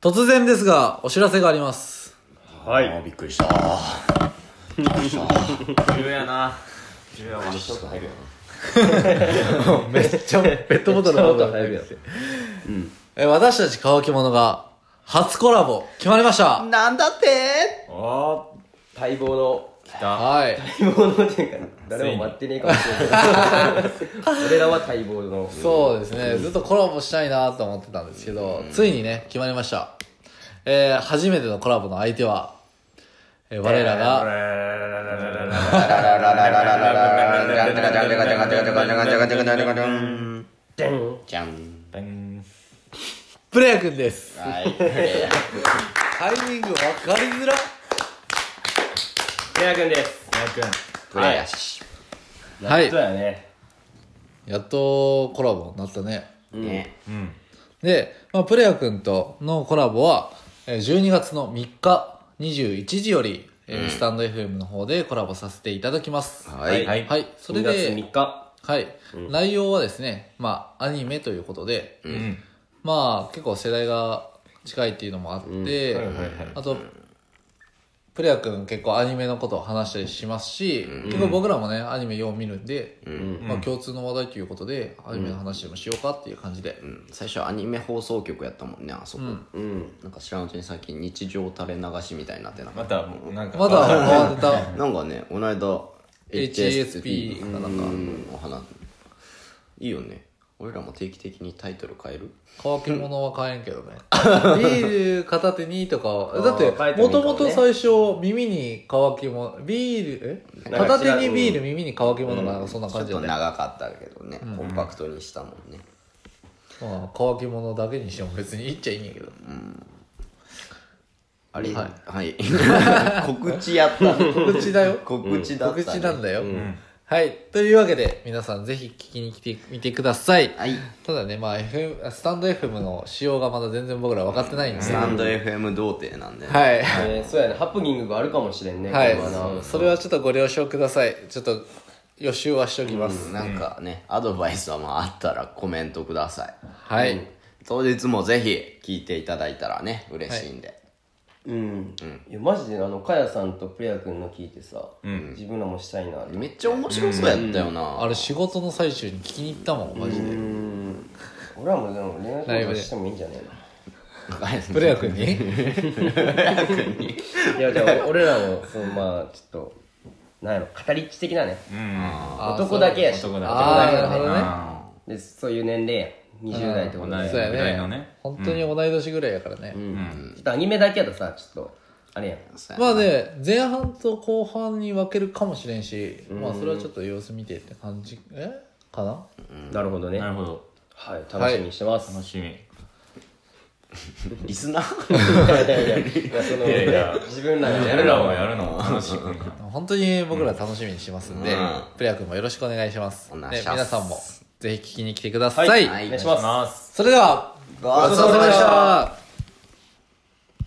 突然ですが、お知らせがあります。 はい。 びっくりした。 重要やな。重要は。 ちょっと入るよめっちゃペットボトルの音が入るやつ。私たち乾き物が初コラボ決まりました。 なんだって待望の。来た。 はい。 待望のっていうか、誰も待ってねえかもしれないけど。俺らは待望の。 そうですね。ずっとコラボしたいなと思ってたんですけど、ついにね、決まりました。初めてのコラボの相手は、我らが、 じゃん。 プレヤくんです。 はい。 タイミング分かりづら。 プレヤくんです。 プレイヤし。 はい。 やっとやね。 やっとコラボになったね。 ね。 で、プレヤくんとのコラボは、12月の3日21時より、スタンド FM の方でコラボさせていただきます。 はい。 はい。それで、 2月3日。 はい。内容はですね、アニメということで、結構世代が近いっていうのもあって、あと、プレヤくん結構アニメのことを話したりしますし、結構僕らもね、アニメよう見るんで、共通の話題ということで、アニメの話でもしようかっていう感じで。 最初アニメ放送局やったもんね、あそこ。なんか知らんうちに最近日常垂れ流しみたいになってなかった。 まだ変わってた。 なんかね、この間、 HSP かなんか。 お花。いいよね。俺らも定期的にタイトル変える？ 乾き物は買えんけどね。ビール片手にとか、だって、もともと最初、耳に乾き物、片手にビール、耳に乾き物がそんな感じちょっとだね。 長かったけどね、コンパクトにしたもんね。 乾き物だけにしても別にいっちゃいいんやけど。 あれ、はい。告知やった。 告知だよ。 告知だった。 告知なんだよ。はい。というわけで、皆さんぜひ聞きに来てみてください。 はい。 ただね、スタンド FM の仕様がまだ全然僕ら分かってないんで。 スタンド FM 童貞なんで。 はい。 そうやね、ハプニングがあるかもしれんね。 はい。それはちょっとご了承ください。ちょっと予習はしておきます。 なんかね、アドバイスはあったらコメントください。 はい。 当日もぜひ聞いていただいたらね、嬉しいんで。 いやマジでかやさんとプレヤくんの聞いてさ、自分らもしたいなって。 めっちゃ面白そうやったよな。 あれ仕事の最中に聞きに行ったもん、マジで。 俺はもうでも恋愛とかしてもいいんじゃねえの。 プレヤくんにいや、じゃあ俺らも、ちょっと、なんやろ、語りっち的なね。男だけやし。男だけなるほどね。 で、そういう年齢や。20代ってことで。 そうやね。本当に同い年ぐらいやからね。 ちょっとアニメだけやとさ、ちょっと、あれやん。 前半と後半に分けるかもしれんし、それはちょっと様子見てって感じ、かな？ なるほどね。 なるほど。 はい、楽しみにしてます。 楽しみ。 リスナー自分らがやるの楽しみ。 本当に僕ら楽しみにしてますんで、プレヤくんもよろしくお願いします。皆さんもぜひ聞きに来てください。 お願いします。 それでは、ごちそうさまでした。